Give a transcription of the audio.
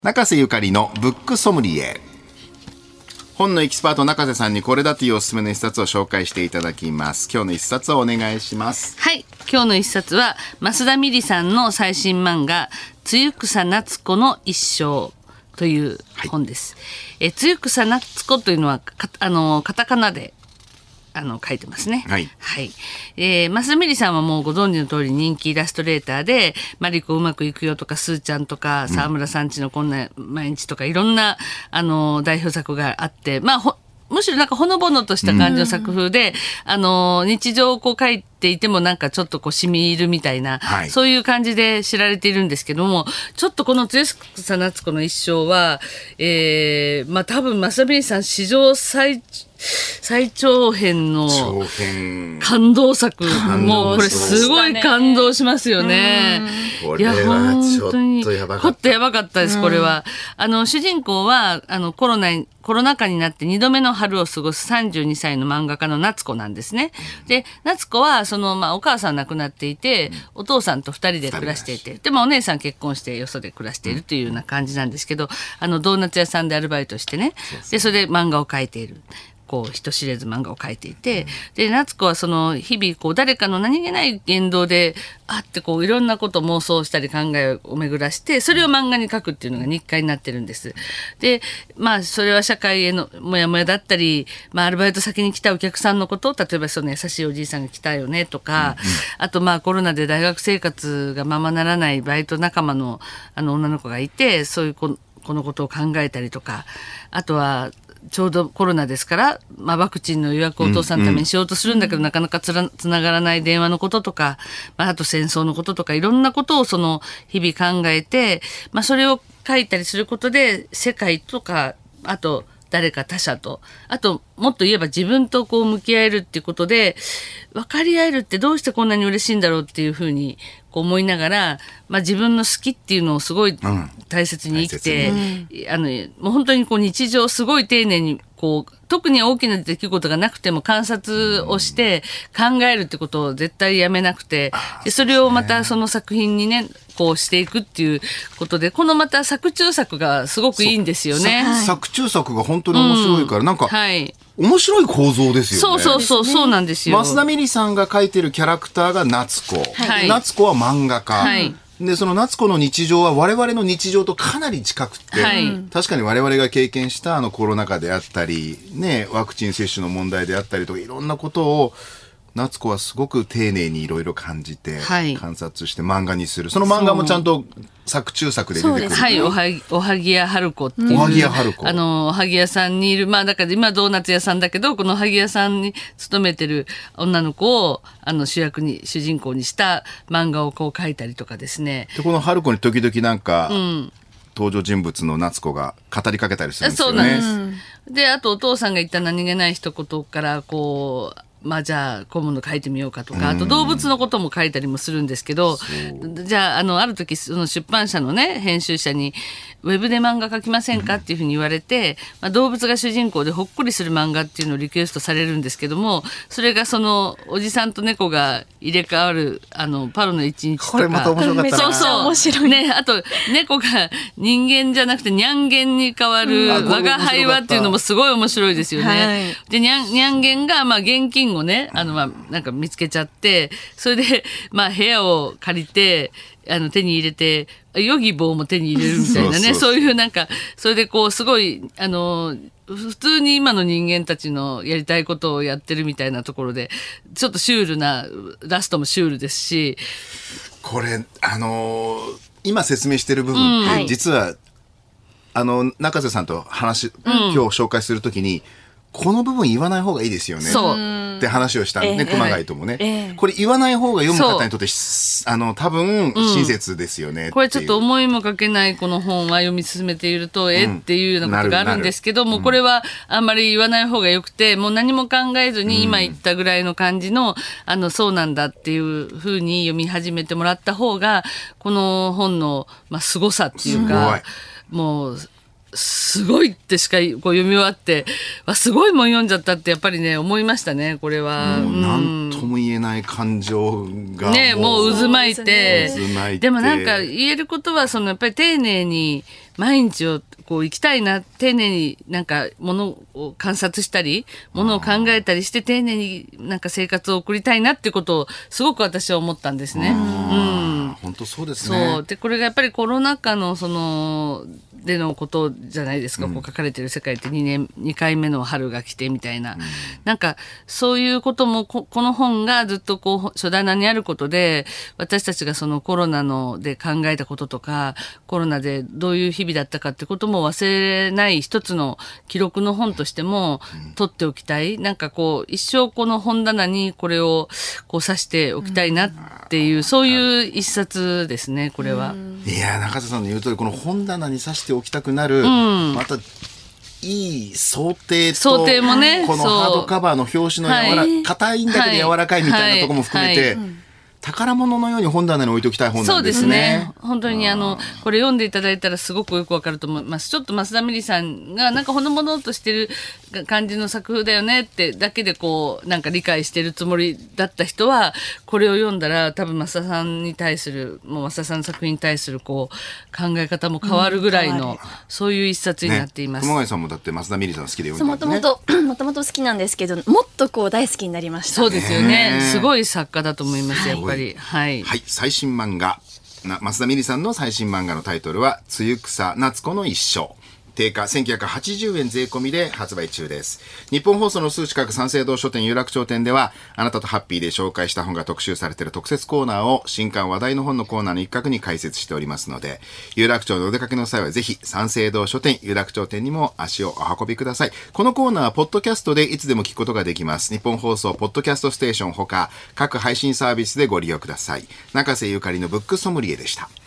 中瀬ゆかりのブックソムリエ。本のエキスパート中瀬さんにこれだというおすすめの一冊を紹介していただきます。今日の一冊をお願いします。 はい、今日の一冊は増田美里さんの最新漫画露草夏子の一生という本です。露草夏子というのはカタカナで書いてますね。 はい。 はい。増田美里さんはもうご存知の通り人気イラストレーターで、マリコうまくいくよとか、スーちゃんとか、沢村さんちのこんな毎日とか、いろんな、代表作があって、まあ、むしろなんかほのぼのとした感じの作風で、日常をこう書いていてもなんかちょっとこう染み入るみたいな、 はい、 そういう感じで知られているんですけども、ちょっとこの露草夏子の一生は、まあ多分増田美里さん史上最長編の感動作、もうこれすごい感動しますよね。 いや本当にちょっとやばかったです。これは主人公はコロナ禍になって2度目の春を過ごす32歳の漫画家の夏子なんですね。で夏子はお母さん亡くなっていて、お父さんと2人で暮らしていて、でもお姉さん結婚してよそで暮らしているというような感じなんですけど、ドーナツ屋さんでアルバイトしてね、でそれで漫画を描いている。こう人知れず漫画を描いていて、で夏子はその日々こう誰かの何気ない言動でってこういろんなことを妄想したり考えを巡らして、それを漫画に描くっていうのが日課になってるんです。でそれは社会へのモヤモヤだったり、アルバイト先に来たお客さんのことを、例えばその優しいおじいさんが来たよねとか、あとコロナで大学生活がままならないバイト仲間の女の子がいて、そういうこのことを考えたりとか、あとはちょうどコロナですから、ワクチンの予約をお父さんのためにしようとするんだけど、なかなかつながらない電話のこととか、あと戦争のこととか、いろんなことをその日々考えて、それを書いたりすることで世界とか、あと誰か他者と、あともっと言えば自分とこう向き合えるっていうことで、分かり合えるってどうしてこんなに嬉しいんだろうっていうふうにこう思いながら、自分の好きっていうのをすごい大切に生きて、もう本当にこう日常すごい丁寧にこう、特に大きな出来事がなくても観察をして考えるってことを絶対やめなくて、でそれをまたその作品にねこうしていくっていうことで、このまた作中作がすごくいいんですよね。 作中作が本当に面白いから、なんか、 はい、 面白い構造ですよね。 そうなんですよ。 増田美里さんが描いてるキャラクターが夏子、 はい、 夏子は漫画家、 はい、 でその夏子の日常は我々の日常とかなり近くて、はい、確かに我々が経験したコロナ禍であったり、ね、ワクチン接種の問題であったりとか、いろんなことを夏子はすごく丁寧にいろいろ感じて、観察して漫画にする。その漫画もちゃんと作中作で出てくる。 はい、おはぎや春子っていう。 おはぎや春子。 おはぎ屋さんにいる、だから今ドーナツ屋さんだけど、このおはぎ屋さんに勤めてる女の子を主人公にした漫画をこう書いたりとかですね。 でこの春子に時々なんか、登場人物の夏子が語りかけたりするんですよね。そうなんです。 で、あとお父さんが言った何気ない一言からこう、じゃあこういうもの書いてみようかとか、あと動物のことも書いたりもするんですけど、じゃあある時その出版社のね編集者にウェブで漫画描きませんかっていうふうに言われて、動物が主人公でほっこりする漫画っていうのをリクエストされるんですけども、それがそのおじさんと猫が入れ替わるパロの一日とか、 これまた面白かったな。 そう面白いね。あと猫が人間じゃなくてニャンゲンに変わる我が輩はっていうのもすごい面白いですよね。はい、でニャンゲンが現金をねなんか見つけちゃって、それで部屋を借りて手に入れて、ヨギボーも手に入れるみたいなね、そういうなんかそれでこうすごい普通に今の人間たちのやりたいことをやってるみたいなところで、ちょっとシュールなラストもシュールですし、 これ今説明してる部分って、実は中瀬さんと今日紹介するときに、この部分言わない方がいいですよねって話をしたんで、熊谷ともね、これ言わない方が読む方にとって多分親切ですよね、 これちょっと思いもかけないこの本は読み進めているとっていうようなことがあるんですけども、これはあんまり言わない方がよくて、もう何も考えずに今言ったぐらいの感じのそうなんだっていうふうに読み始めてもらった方が、この本の凄さっていうか、もうすごいってしかこう読み終わって、すごいもん読んじゃったってやっぱりね思いましたね。これは何とも言えない感情がもう渦巻いて、でもなんか言えることはやっぱり丁寧に毎日をこう生きたいな、丁寧になんか物を観察したり、物を考えたりして丁寧になんか生活を送りたいなっていうことをすごく私は思ったんですね。 本当そうですね。 そう。で、これがやっぱりコロナ禍のでのことじゃないですか、こう書かれてる世界って2回目の春が来てみたいな、なんかそういうこともこの本がずっとこう書棚にあることで、私たちがそのコロナで考えたこととか、コロナでどういう日々だったかってことも忘れない一つの記録の本としても取っておきたい。なんかこう一生この本棚にこれをこう刺しておきたいなっていう、そういう一冊ですね、これは。 いや、中瀬さんの言う通り、この本棚に刺しておきたくなる、またいい想定もね、 このハードカバーの表紙の硬いんだけど柔らかいみたいなところも含めて、宝物のように本棚に置いておきたい本なんですね。 そうですね。本当にこれ読んでいただいたらすごくよくわかると思います。ちょっと増田美里さんがなんかほのぼのとしてる感じの作風だよねってだけでこうなんか理解してるつもりだった人は、これを読んだら多分増田さんに対する、もう増田さんの作品に対するこう考え方も変わるぐらいの、そういう一冊になっています。 熊谷さんもだって増田美里さん好きで読んだんですね。もともと好きなんですけど、もっとこう大好きになりました。 そうですよね。すごい作家だと思います、やっぱり。はい。 最新漫画。増田美里さんの最新漫画のタイトルは、露草夏子の一生。定価1980円税込みで発売中です。日本放送の数近く三省堂書店有楽町店では、あなたとハッピーで紹介した本が特集されている特設コーナーを新刊話題の本のコーナーの一角に開設しておりますので、有楽町のお出かけの際はぜひ三省堂書店有楽町店にも足をお運びください。このコーナーはポッドキャストでいつでも聞くことができます。日本放送ポッドキャストステーションほか各配信サービスでご利用ください。中瀬ゆかりのブックソムリエでした。